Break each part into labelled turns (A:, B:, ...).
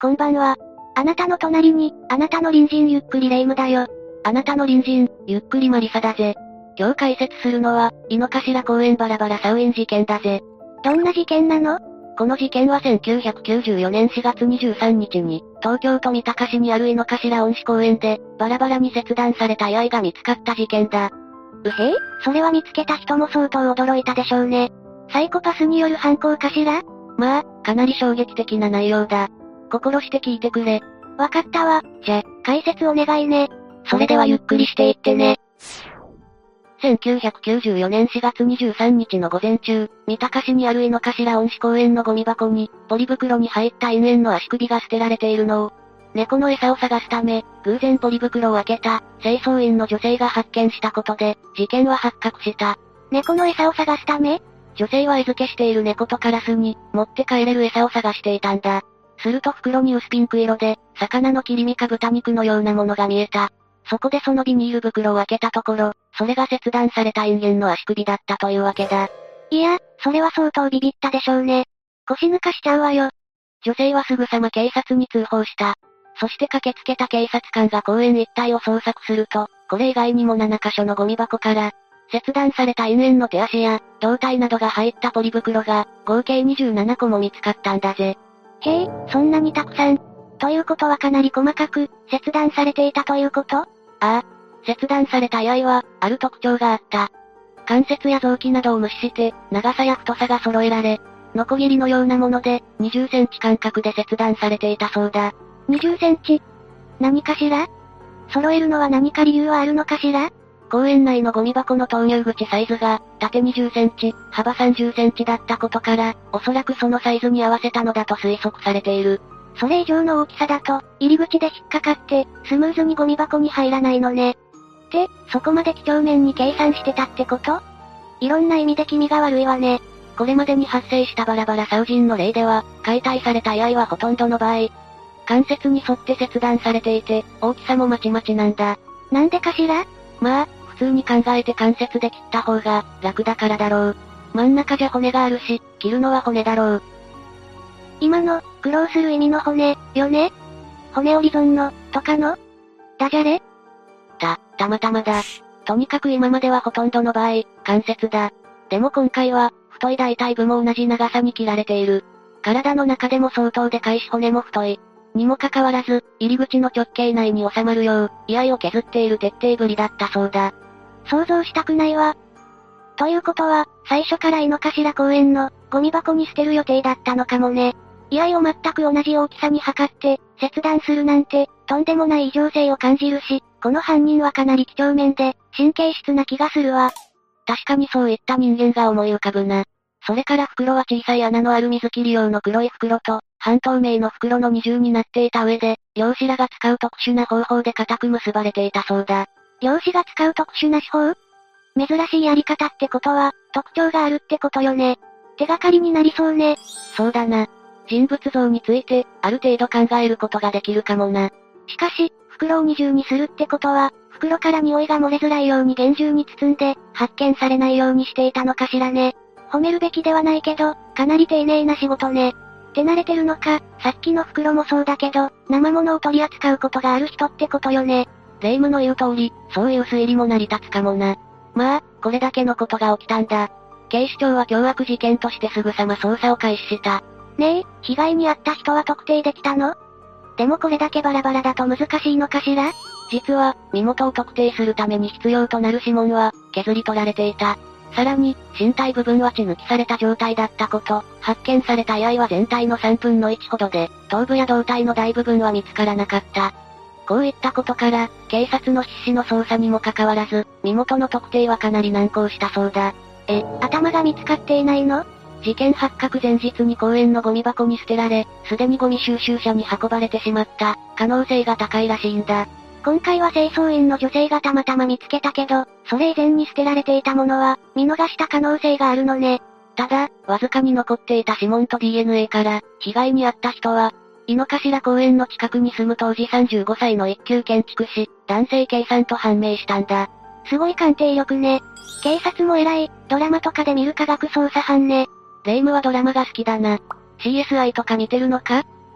A: こんばんは。あなたの隣に、あなたの隣人ゆっくりレ夢ムだよ。
B: あなたの隣人、ゆっくりマリサだぜ。今日解説するのは、井の頭公園バラバラサウイン事件だぜ。
A: どんな事件なの？
B: この事件は1994年4月23日に、東京都三鷹市にある井の頭恩賜公園で、バラバラに切断された遺体が見つかった事件だ。
A: うへぇ？それは見つけた人も相当驚いたでしょうね。サイコパスによる犯行かしら？
B: まあ、かなり衝撃的な内容だ。心して聞いてくれ。
A: わかったわ。じゃ、解説お願いね。
B: それではゆっくりしていってね。1994年4月23日の午前中、三鷹市にある井の頭恩賜公園のゴミ箱に、ポリ袋に入った犬猿の足首が捨てられているのを、猫の餌を探すため、偶然ポリ袋を開けた、清掃員の女性が発見したことで、事件は発覚した。
A: 猫の餌を探すため？
B: 女性は餌付けしている猫とカラスに、持って帰れる餌を探していたんだ。すると袋に薄ピンク色で、魚の切り身か豚肉のようなものが見えた。そこでそのビニール袋を開けたところ、それが切断された人間の足首だったというわけだ。
A: いや、それは相当ビビったでしょうね。腰抜かしちゃうわよ。
B: 女性はすぐさま警察に通報した。そして駆けつけた警察官が公園一帯を捜索すると、これ以外にも7カ所のゴミ箱から、切断された犬猿の手足や、胴体などが入ったポリ袋が、合計27個も見つかったんだぜ。
A: へえ、そんなにたくさん。ということはかなり細かく、切断されていたということ？
B: ああ。切断された遺体は、ある特徴があった。関節や臓器などを無視して、長さや太さが揃えられ、ノコギリのようなもので、20センチ間隔で切断されていたそうだ。
A: 20センチ？何かしら？揃えるのは何か理由はあるのかしら？
B: 公園内のゴミ箱の投入口サイズが、縦20センチ、幅30センチだったことから、おそらくそのサイズに合わせたのだと推測されている。
A: それ以上の大きさだと、入り口で引っかかって、スムーズにゴミ箱に入らないのね。で、そこまで几帳面に計算してたってこと？いろんな意味で気味が悪いわね。
B: これまでに発生したバラバラサウジンの例では、解体された遺体はほとんどの場合、関節に沿って切断されていて、大きさもまちまちなんだ。
A: なんでかしら？
B: まあ、普通に考えて関節で切った方が、楽だからだろう。真ん中じゃ骨があるし、切るのは骨だろう。
A: 今の、苦労する意味の骨、よね？骨折り損の、とかの？ダジャレ？
B: たまたまだ。とにかく今まではほとんどの場合、関節だ。でも今回は、太い大腿部も同じ長さに切られている。体の中でも相当でかいし骨も太い。にもかかわらず、入り口の直径内に収まるよう、居合を削っている徹底ぶりだったそうだ。
A: 想像したくないわ。ということは、最初から井の頭公園の、ゴミ箱に捨てる予定だったのかもね。居合を全く同じ大きさに測って、切断するなんて、とんでもない異常性を感じるし、この犯人はかなり几帳面で、神経質な気がするわ。
B: 確かにそういった人間が思い浮かぶな。それから袋は小さい穴のある水切り用の黒い袋と、半透明の袋の二重になっていた上で、漁師らが使う特殊な方法で固く結ばれていたそうだ。
A: 漁師が使う特殊な手法？珍しいやり方ってことは、特徴があるってことよね。手がかりになりそうね。
B: そうだな。人物像について、ある程度考えることができるかもな。
A: しかし、袋を二重にするってことは、袋から匂いが漏れづらいように厳重に包んで、発見されないようにしていたのかしらね。褒めるべきではないけど、かなり丁寧な仕事ね。手慣れてるのか、さっきの袋もそうだけど、生物を取り扱うことがある人ってことよね。
B: 霊夢の言う通り、そういう推理も成り立つかもな。まあ、これだけのことが起きたんだ。警視庁は凶悪事件としてすぐさま捜査を開始した。
A: ねえ、被害に遭った人は特定できたの？でもこれだけバラバラだと難しいのかしら？
B: 実は、身元を特定するために必要となる指紋は、削り取られていた。さらに、身体部分は血抜きされた状態だったこと、発見された遺体は全体の3分の1ほどで、頭部や胴体の大部分は見つからなかった。こういったことから、警察の必死の捜査にもかかわらず、身元の特定はかなり難航したそうだ。
A: 頭が見つかっていないの？
B: 事件発覚前日に公園のゴミ箱に捨てられ、すでにゴミ収集車に運ばれてしまった、可能性が高いらしいんだ。
A: 今回は清掃員の女性がたまたま見つけたけど、それ以前に捨てられていたものは、見逃した可能性があるのね。
B: ただ、わずかに残っていた指紋と DNA から、被害に遭った人は、井の頭公園の近くに住む当時35歳の一級建築士、男性 K さんと判明したんだ。
A: すごい鑑定力ね。警察も偉い、ドラマとかで見る科学捜査班ね。
B: 霊夢はドラマが好きだな。CSI とか見てるのか？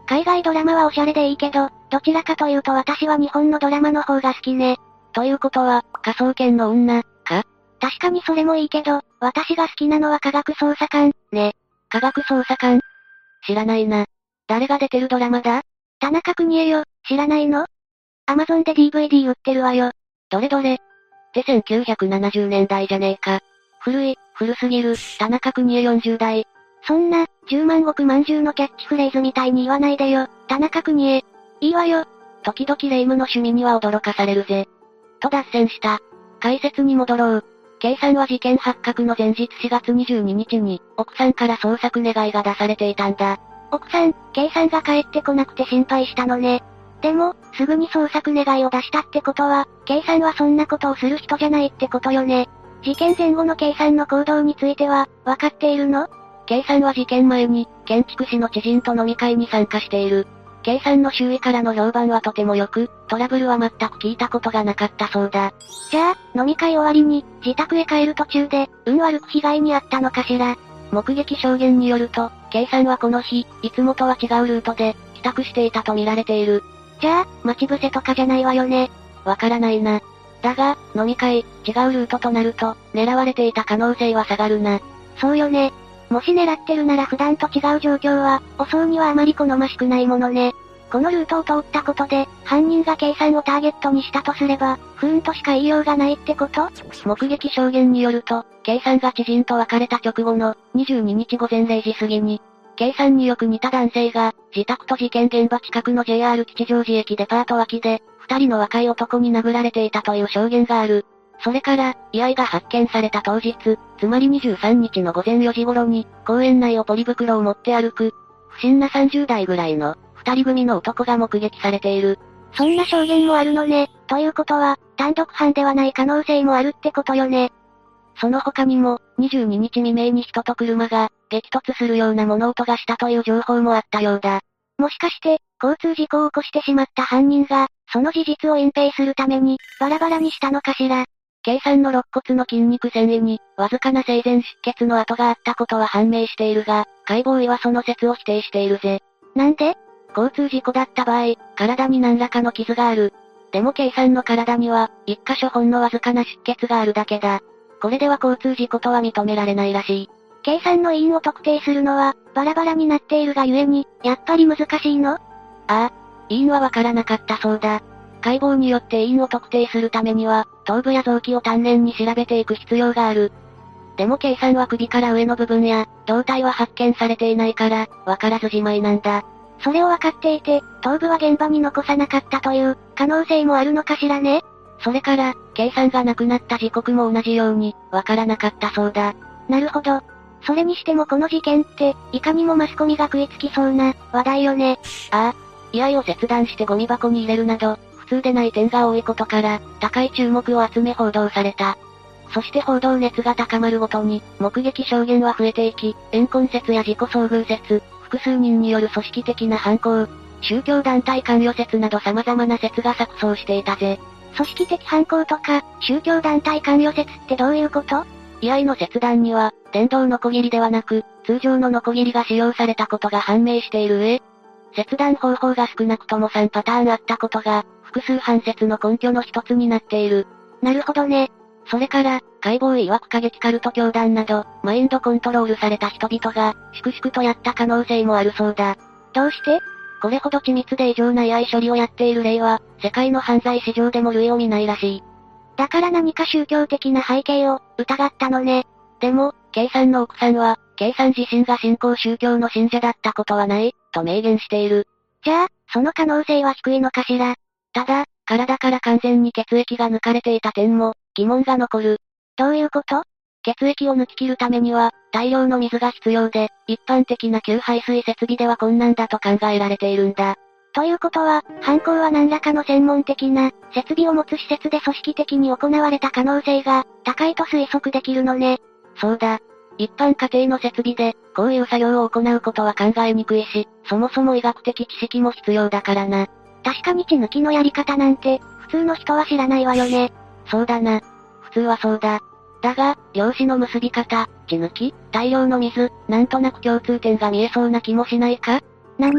A: 海外ドラマはおしゃれでいいけど、どちらかというと私は日本のドラマの方が好きね。
B: ということは、科捜研の女、か？
A: 確かにそれもいいけど、私が好きなのは科学捜査官、ね。
B: 科学捜査官？知らないな。誰が出てるドラマだ？
A: 田中邦衛よ、知らないの？アマゾンで DVD 売ってるわよ。
B: どれどれ？って1970年代じゃねえか。古すぎる、田中邦衛40代。
A: そんな、10万石まんじゅうのキャッチフレーズみたいに言わないでよ、田中邦衛。いいわよ。
B: 時々霊夢の趣味には驚かされるぜ。と脱線した。解説に戻ろう。K さんは事件発覚の前日4月22日に、奥さんから捜索願いが出されていたんだ。
A: 奥さん、K さんが帰ってこなくて心配したのね。でも、すぐに捜索願いを出したってことは、K さんはそんなことをする人じゃないってことよね。事件前後の K さんの行動については、わかっているの？
B: K さんは事件前に、建築士の知人と飲み会に参加している。K さんの周囲からの評判はとても良く、トラブルは全く聞いたことがなかったそうだ。
A: じゃあ、飲み会終わりに、自宅へ帰る途中で、運悪く被害に遭ったのかしら。
B: 目撃証言によると、K さんはこの日、いつもとは違うルートで、帰宅していたと見られている。
A: じゃあ、待ち伏せとかじゃないわよね。
B: わからないな。だが、飲み会、違うルートとなると、狙われていた可能性は下がるな。
A: そうよね。もし狙ってるなら普段と違う状況は、襲うにはあまり好ましくないものね。このルートを通ったことで、犯人が K さんをターゲットにしたとすれば、不運としか言いようがないってこと？
B: 目撃証言によると、K さんが知人と別れた直後の、22日午前0時過ぎに、K さんによく似た男性が、自宅と事件現場近くの JR 吉祥寺駅デパート脇で、二人の若い男に殴られていたという証言がある。それから、居合が発見された当日、つまり23日の午前4時頃に、公園内をポリ袋を持って歩く、不審な30代ぐらいの、二人組の男が目撃されている。
A: そんな証言もあるのね。ということは、単独犯ではない可能性もあるってことよね。
B: その他にも、22日未明に人と車が、激突するような物音がしたという情報もあったようだ。
A: もしかして、交通事故を起こしてしまった犯人が、その事実を隠蔽するために、バラバラにしたのかしら。
B: K さんの肋骨の筋肉繊維に、わずかな生前出血の跡があったことは判明しているが、解剖医はその説を否定しているぜ。
A: なんで？
B: 交通事故だった場合、体に何らかの傷がある。でも K さんの体には、一箇所ほんのわずかな出血があるだけだ。これでは交通事故とは認められないらしい。
A: K さんの因を特定するのは、バラバラになっているがゆえに、やっぱり難しいの？
B: ああ、因はわからなかったそうだ。解剖によって因を特定するためには、頭部や臓器を丹念に調べていく必要がある。でも K さんは首から上の部分や、胴体は発見されていないから、わからずじまいなんだ。
A: それをわかっていて、頭部は現場に残さなかったという、可能性もあるのかしらね。
B: それから、K さんが亡くなった時刻も同じように、わからなかったそうだ。
A: なるほど。それにしてもこの事件って、いかにもマスコミが食いつきそうな、話題よね。
B: ああ、居合を切断してゴミ箱に入れるなど、普通でない点が多いことから、高い注目を集め報道された。そして報道熱が高まるごとに、目撃証言は増えていき、怨恨説や自己遭遇説、複数人による組織的な犯行、宗教団体関与説など様々な説が錯綜していたぜ。
A: 組織的犯行とか、宗教団体関与説ってどういうこと？
B: 居合の切断には、電動ノコギリではなく、通常のノコギリが使用されたことが判明している上、切断方法が少なくとも3パターンあったことが、複数犯説の根拠の一つになっている。
A: なるほどね。
B: それから、解剖医曰く過激カルト教団など、マインドコントロールされた人々が、粛々とやった可能性もあるそうだ。
A: どうして？
B: これほど緻密で異常な居合処理をやっている例は、世界の犯罪史上でも類を見ないらしい。
A: だから何か宗教的な背景を、疑ったのね。
B: でも、K さんの奥さんは、K さん自身が新興宗教の信者だったことはない、と明言している。
A: じゃあ、その可能性は低いのかしら。
B: ただ、体から完全に血液が抜かれていた点も、疑問が残る。
A: どういうこと？
B: 血液を抜き切るためには、大量の水が必要で、一般的な給排水設備では困難だと考えられているんだ。
A: ということは、犯行は何らかの専門的な、設備を持つ施設で組織的に行われた可能性が、高いと推測できるのね。
B: そうだ。一般家庭の設備で、こういう作業を行うことは考えにくいし、そもそも医学的知識も必要だからな。
A: 確かに血抜きのやり方なんて、普通の人は知らないわよね。
B: そうだな。普通はそうだ。だが、量子の結び方、血抜き、大量の水、なんとなく共通点が見えそうな気もしないか？
A: 何？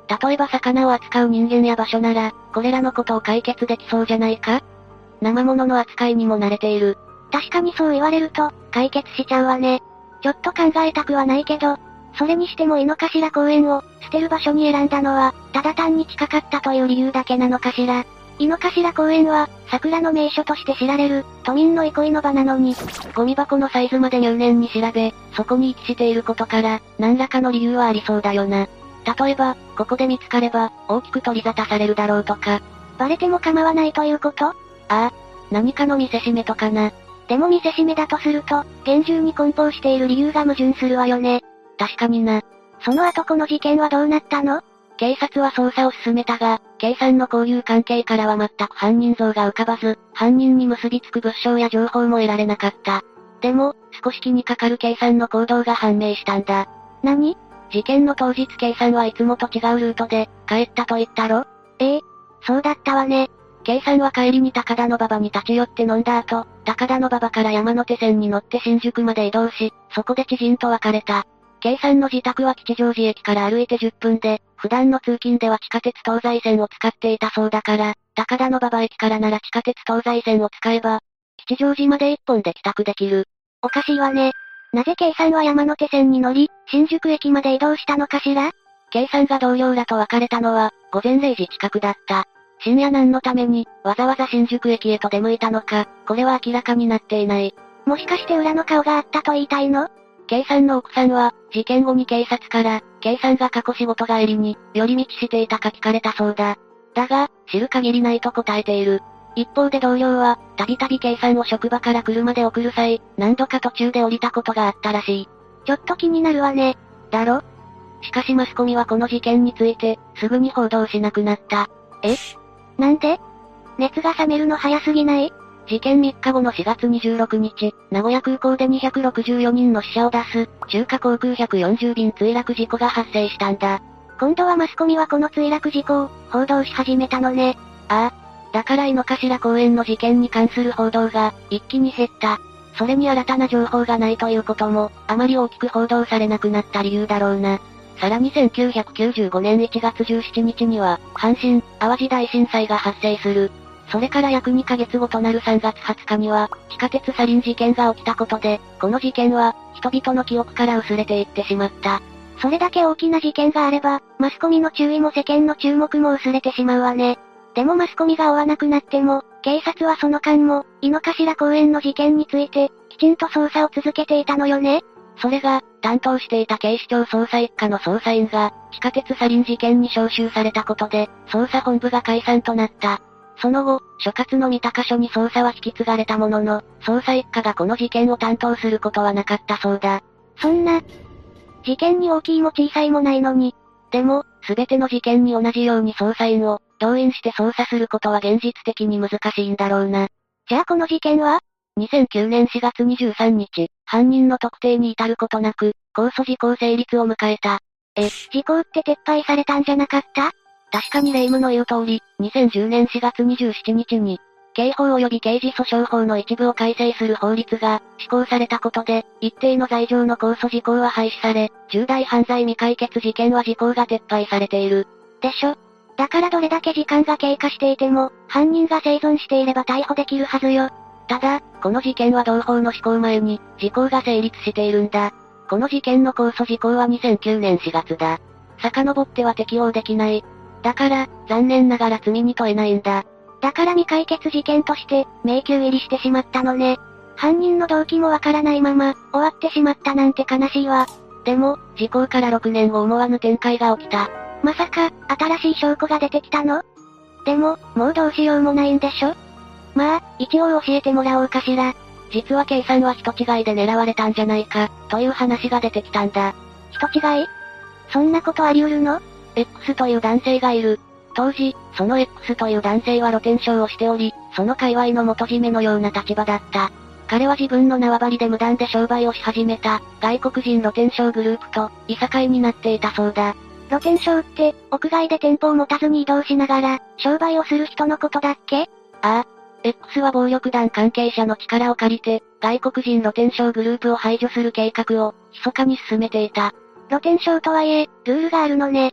B: 例えば魚を扱う人間や場所なら、これらのことを解決できそうじゃないか？生物の扱いにも慣れている。
A: 確かにそう言われると、解決しちゃうわね。ちょっと考えたくはないけど、それにしても井の頭公園を、捨てる場所に選んだのは、ただ単に近かったという理由だけなのかしら。井の頭公園は、桜の名所として知られる、都民の憩いの場なのに、
B: ゴミ箱のサイズまで入念に調べ、そこに位置していることから、何らかの理由はありそうだよな。例えば、ここで見つかれば、大きく取り沙汰されるだろうとか。
A: バレても構わないということ？
B: ああ、何かの見せしめとかな。
A: でも見せしめだとすると、厳重に梱包している理由が矛盾するわよね。
B: 確かにな。
A: その後この事件はどうなったの？
B: 警察は捜査を進めたが、K さんの交友関係からは全く犯人像が浮かばず、犯人に結びつく物証や情報も得られなかった。でも、少し気にかかる K さんの行動が判明したんだ。
A: 何？
B: 事件の当日 K さんはいつもと違うルートで、帰ったと言ったろ？
A: そうだったわね。
B: K さんは帰りに高田馬場に立ち寄って飲んだ後、高田馬場から山手線に乗って新宿まで移動し、そこで知人と別れた。K さんの自宅は吉祥寺駅から歩いて10分で、普段の通勤では地下鉄東西線を使っていたそうだから、高田馬場駅からなら地下鉄東西線を使えば、吉祥寺まで1本で帰宅できる。
A: おかしいわね。なぜ K さんは山手線に乗り、新宿駅まで移動したのかしら？
B: K さんが同僚らと別れたのは、午前0時近くだった。深夜何のために、わざわざ新宿駅へと出向いたのか、これは明らかになっていない。
A: もしかして裏の顔があったと言いたいの？
B: K さんの奥さんは、事件後に警察から、K さんが過去仕事帰りに、寄り道していたか聞かれたそうだ。だが、知る限りないと答えている。一方で同僚は、たびたび K さんを職場から車で送る際、何度か途中で降りたことがあったらしい。
A: ちょっと気になるわね。
B: だろ？しかしマスコミはこの事件について、すぐに報道しなくなった。
A: なんで？熱が冷めるの早すぎない？
B: 事件3日後の4月26日、名古屋空港で264人の死者を出す、中華航空140便墜落事故が発生したんだ。
A: 今度はマスコミはこの墜落事故を、報道し始めたのね。
B: ああ。だから井の頭公園の事件に関する報道が、一気に減った。それに新たな情報がないということも、あまり大きく報道されなくなった理由だろうな。さらに1995年1月17日には、阪神・淡路大震災が発生する。それから約2ヶ月後となる3月20日には、地下鉄サリン事件が起きたことで、この事件は、人々の記憶から薄れていってしまった。
A: それだけ大きな事件があれば、マスコミの注意も世間の注目も薄れてしまうわね。でもマスコミが追わなくなっても、警察はその間も、井の頭公園の事件について、きちんと捜査を続けていたのよね。
B: それが、担当していた警視庁捜査一課の捜査員が、地下鉄サリン事件に招集されたことで、捜査本部が解散となった。その後、所轄の三鷹署に捜査は引き継がれたものの、捜査一課がこの事件を担当することはなかったそうだ。
A: そんな、事件に大きいも小さいもないのに。
B: でも、すべての事件に同じように捜査員を、動員して捜査することは現実的に難しいんだろうな。
A: じゃあこの事件は？
B: 2009年4月23日、犯人の特定に至ることなく、公訴時効成立を迎えた。
A: 時効って撤廃されたんじゃなかった？
B: 確かに霊夢の言う通り、2010年4月27日に、刑法及び刑事訴訟法の一部を改正する法律が施行されたことで、一定の罪状の控訴時効は廃止され、重大犯罪未解決事件は時効が撤廃されている。
A: でしょ。だからどれだけ時間が経過していても、犯人が生存していれば逮捕できるはずよ。
B: ただ、この事件は同法の施行前に、時効が成立しているんだ。この事件の控訴時効は2009年4月だ。遡っては適用できない。だから、残念ながら罪に問えないんだ。
A: だから未解決事件として、迷宮入りしてしまったのね。犯人の動機もわからないまま、終わってしまったなんて悲しいわ。
B: でも、時効から6年後思わぬ展開が起きた。
A: まさか、新しい証拠が出てきたの？でも、もうどうしようもないんでしょ？まあ、一応教えてもらおうかしら。
B: 実は K さんは人違いで狙われたんじゃないか、という話が出てきたんだ。
A: 人違い？そんなことあり得るの？
B: X という男性がいる。当時、その X という男性は露天商をしており、その界隈の元締めのような立場だった。彼は自分の縄張りで無断で商売をし始めた、外国人露天商グループと、いさかいになっていたそうだ。
A: 露天商って、屋外で店舗を持たずに移動しながら、商売をする人のことだっけ？
B: ああ。X は暴力団関係者の力を借りて、外国人露天商グループを排除する計画を、密かに進めていた。
A: 露天商とはいえ、ルールがあるのね。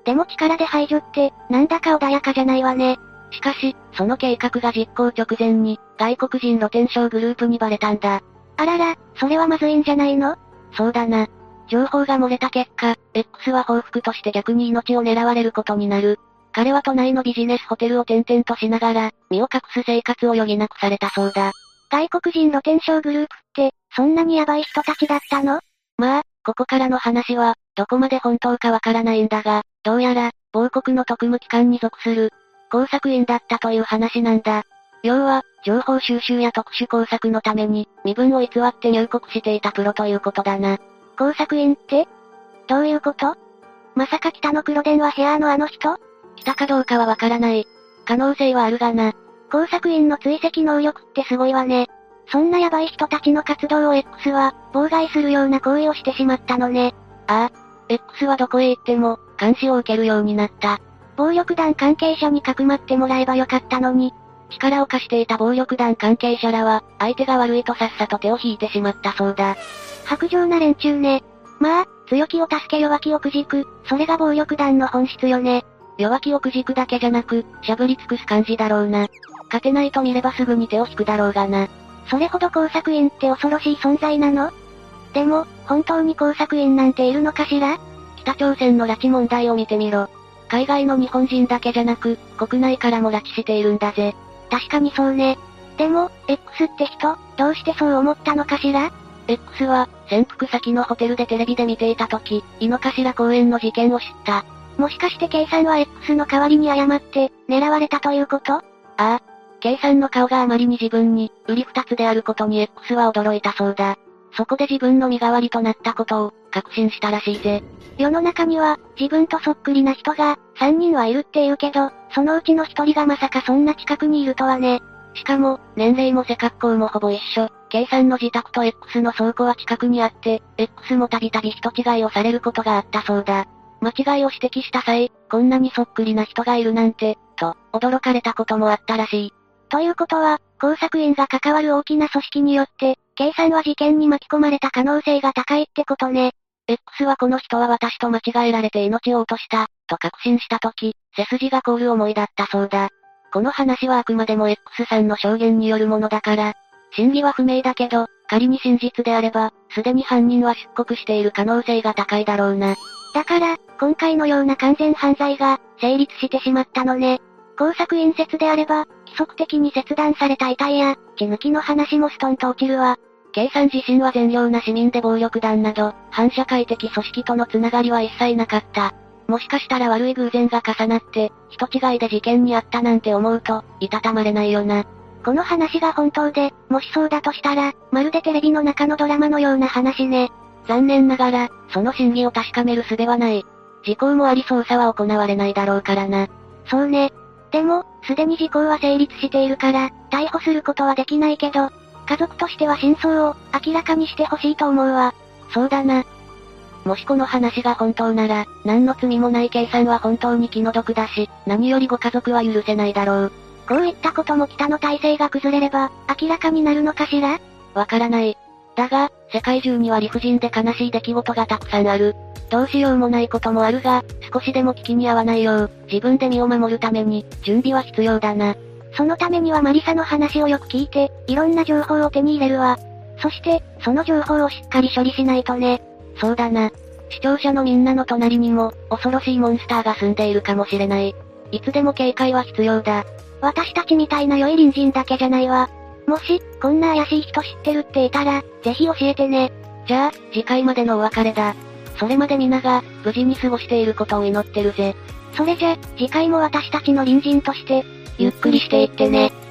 A: でも力で排除って、なんだか穏やかじゃないわね。
B: しかし、その計画が実行直前に、外国人露天商グループにバレたんだ。
A: あらら、それはまずいんじゃないの？
B: そうだな。情報が漏れた結果、X は報復として逆に命を狙われることになる。彼は都内のビジネスホテルを転々としながら、身を隠す生活を余儀なくされたそうだ。
A: 外国人露天商グループって、そんなにヤバい人たちだったの？
B: まあ、ここからの話は、どこまで本当かわからないんだが、どうやら、某国の特務機関に属する、工作員だったという話なんだ。要は、情報収集や特殊工作のために、身分を偽って入国していたプロということだな。
A: 工作員って？どういうこと？まさか北の黒電話ヘアのあの人？
B: 来たかどうかはわからない。可能性はあるがな。
A: 工作員の追跡能力ってすごいわね。そんなヤバい人たちの活動を X は、妨害するような行為をしてしまったのね。
B: ああ。X はどこへ行っても、監視を受けるようになった。
A: 暴力団関係者にかくまってもらえばよかったのに。
B: 力を貸していた暴力団関係者らは、相手が悪いとさっさと手を引いてしまったそうだ。
A: 薄情な連中ね。まあ、強気を助け弱気をくじく、それが暴力団の本質よね。
B: 弱気をくじくだけじゃなく、しゃぶり尽くす感じだろうな。勝てないと見ればすぐに手を引くだろうがな。
A: それほど工作員って恐ろしい存在なの？でも、本当に工作員なんているのかしら？
B: 北朝鮮の拉致問題を見てみろ。海外の日本人だけじゃなく、国内からも拉致しているんだぜ。
A: 確かにそうね。でも、X って人、どうしてそう思ったのかしら？
B: X は、潜伏先のホテルでテレビで見ていた時、井の頭公園の事件を知った。
A: もしかして K さんは X の代わりに誤って、狙われたということ？あ
B: あ。K さんの顔があまりに自分に、売り二つであることに X は驚いたそうだ。そこで自分の身代わりとなったことを、確信したらしいぜ。
A: 世の中には、自分とそっくりな人が、3人はいるって言うけど、そのうちの1人がまさかそんな近くにいるとはね。
B: しかも、年齢も背格好もほぼ一緒。K さんの自宅と X の倉庫は近くにあって、X もたびたび人違いをされることがあったそうだ。間違いを指摘した際、こんなにそっくりな人がいるなんて、と、驚かれたこともあったらしい。
A: ということは、工作員が関わる大きな組織によって、K さんは事件に巻き込まれた可能性が高いってことね。
B: X はこの人は私と間違えられて命を落とした、と確信したとき、背筋が凍る思いだったそうだ。この話はあくまでも X さんの証言によるものだから、真偽は不明だけど、仮に真実であれば、すでに犯人は出国している可能性が高いだろうな。
A: だから、今回のような完全犯罪が、成立してしまったのね。工作員説であれば、規則的に切断された遺体や、血抜きの話もストンと落ちるわ。
B: K さん自身は善良な市民で暴力団など、反社会的組織とのつながりは一切なかった。もしかしたら悪い偶然が重なって、人違いで事件にあったなんて思うと、いたたまれないよな。
A: この話が本当で、もしそうだとしたら、まるでテレビの中のドラマのような話ね。
B: 残念ながら、その真偽を確かめる術はない。時効もあり捜査は行われないだろうからな。
A: そうね。でも、すでに時効は成立しているから、逮捕することはできないけど、家族としては真相を明らかにしてほしいと思うわ。
B: そうだな。もしこの話が本当なら、何の罪もない K さんは本当に気の毒だし、何よりご家族は許せないだろう。
A: こういったことも北の体制が崩れれば、明らかになるのかしら？
B: わからない。だが、世界中には理不尽で悲しい出来事がたくさんある。どうしようもないこともあるが、少しでも危機に遭わないよう、自分で身を守るために、準備は必要だな。
A: そのためにはマリサの話をよく聞いて、いろんな情報を手に入れるわ。そして、その情報をしっかり処理しないとね。
B: そうだな。視聴者のみんなの隣にも、恐ろしいモンスターが住んでいるかもしれない。いつでも警戒は必要だ。
A: 私たちみたいな良い隣人だけじゃないわ。もし、こんな怪しい人知ってるっていたら、ぜひ教えてね。
B: じゃあ、次回までのお別れだ。それまで皆が、無事に過ごしていることを祈ってるぜ。
A: それじゃ、次回も私たちの隣人として、ゆっくりしていってね。